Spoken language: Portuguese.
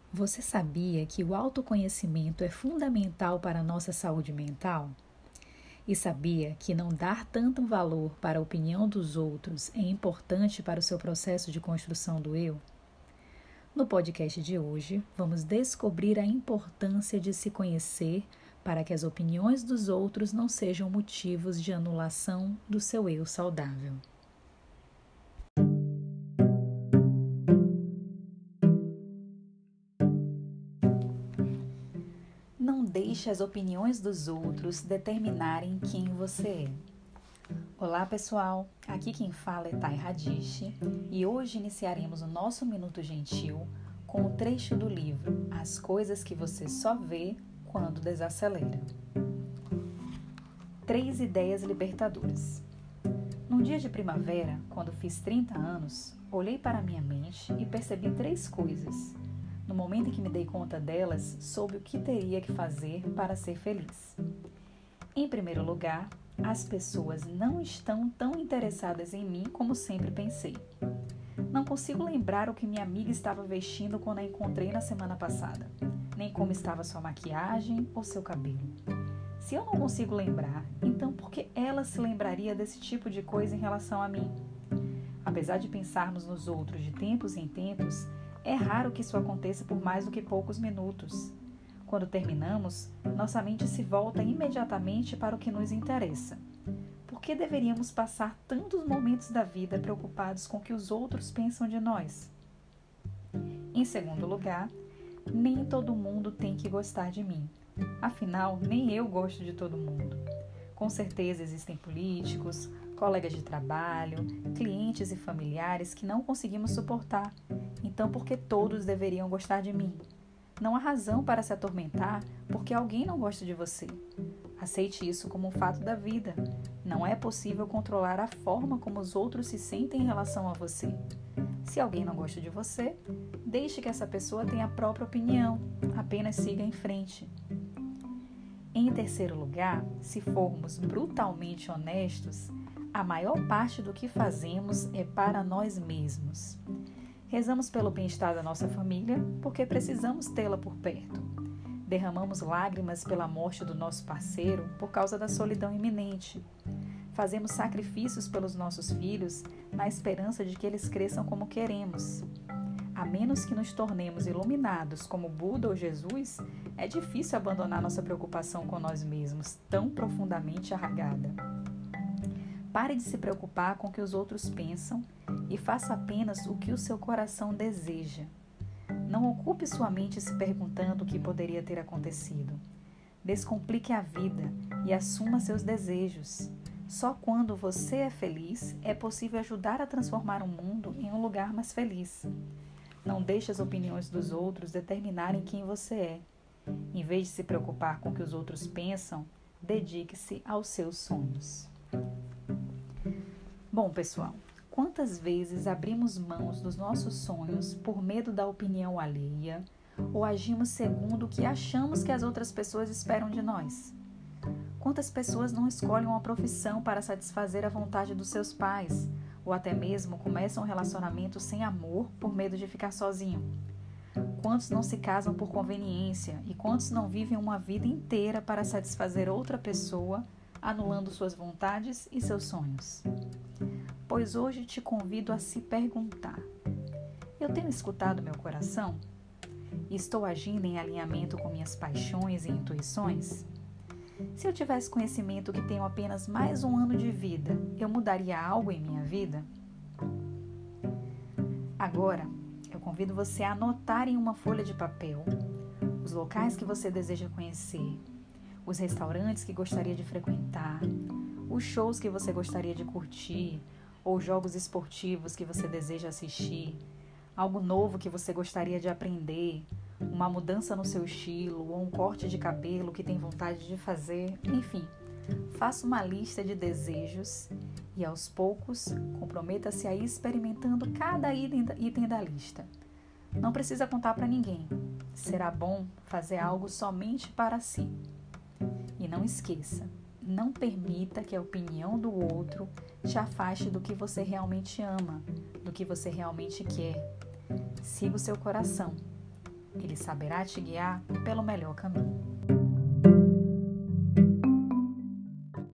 Você sabia que o autoconhecimento é fundamental para a nossa saúde mental? E sabia que não dar tanto valor para a opinião dos outros é importante para o seu processo de construção do eu? No podcast de hoje, vamos descobrir a importância de se conhecer para que as opiniões dos outros não sejam motivos de anulação do seu eu saudável. Não deixe as opiniões dos outros determinarem quem você é. Olá pessoal, aqui quem fala é Thay Radish e hoje iniciaremos o nosso Minuto Gentil com o trecho do livro As Coisas que Você Só Vê Quando Desacelera. 3 ideias libertadoras. Num dia de primavera, quando fiz 30 anos, olhei para minha mente e percebi 3 coisas. No momento em que me dei conta delas, soube o que teria que fazer para ser feliz. Em primeiro lugar, as pessoas não estão tão interessadas em mim como sempre pensei. Não consigo lembrar o que minha amiga estava vestindo quando a encontrei na semana passada, nem como estava sua maquiagem ou seu cabelo. Se eu não consigo lembrar, então por que ela se lembraria desse tipo de coisa em relação a mim? Apesar de pensarmos nos outros de tempos em tempos, é raro que isso aconteça por mais do que poucos minutos. Quando terminamos, nossa mente se volta imediatamente para o que nos interessa. Por que deveríamos passar tantos momentos da vida preocupados com o que os outros pensam de nós? Em segundo lugar, nem todo mundo tem que gostar de mim. Afinal, nem eu gosto de todo mundo. Com certeza existem políticos, colegas de trabalho, clientes e familiares que não conseguimos suportar. Então, por que todos deveriam gostar de mim? Não há razão para se atormentar porque alguém não gosta de você. Aceite isso como um fato da vida. Não é possível controlar a forma como os outros se sentem em relação a você. Se alguém não gosta de você, deixe que essa pessoa tenha a própria opinião. Apenas siga em frente. Em terceiro lugar, se formos brutalmente honestos, a maior parte do que fazemos é para nós mesmos. Rezamos pelo bem-estar da nossa família porque precisamos tê-la por perto. Derramamos lágrimas pela morte do nosso parceiro por causa da solidão iminente. Fazemos sacrifícios pelos nossos filhos na esperança de que eles cresçam como queremos. A menos que nos tornemos iluminados como Buda ou Jesus, é difícil abandonar nossa preocupação com nós mesmos, tão profundamente arraigada. Pare de se preocupar com o que os outros pensam e faça apenas o que o seu coração deseja. Não ocupe sua mente se perguntando o que poderia ter acontecido. Descomplique a vida e assuma seus desejos. Só quando você é feliz, é possível ajudar a transformar o mundo em um lugar mais feliz. Não deixe as opiniões dos outros determinarem quem você é. Em vez de se preocupar com o que os outros pensam, dedique-se aos seus sonhos. Bom, pessoal, quantas vezes abrimos mãos dos nossos sonhos por medo da opinião alheia ou agimos segundo o que achamos que as outras pessoas esperam de nós? Quantas pessoas não escolhem uma profissão para satisfazer a vontade dos seus pais ou até mesmo começam um relacionamento sem amor por medo de ficar sozinho? Quantos não se casam por conveniência e quantos não vivem uma vida inteira para satisfazer outra pessoa, anulando suas vontades e seus sonhos? Pois hoje te convido a se perguntar: eu tenho escutado meu coração? Estou agindo em alinhamento com minhas paixões e intuições? Se eu tivesse conhecimento que tenho apenas mais um ano de vida, eu mudaria algo em minha vida? Agora, eu convido você a anotar em uma folha de papel os locais que você deseja conhecer, os restaurantes que gostaria de frequentar, os shows que você gostaria de curtir, ou jogos esportivos que você deseja assistir, algo novo que você gostaria de aprender, uma mudança no seu estilo ou um corte de cabelo que tem vontade de fazer, enfim. Faça uma lista de desejos e, aos poucos, comprometa-se a ir experimentando cada item da lista. Não precisa contar para ninguém. Será bom fazer algo somente para si. E não esqueça, não permita que a opinião do outro te afaste do que você realmente ama, do que você realmente quer. Siga o seu coração. Ele saberá te guiar pelo melhor caminho.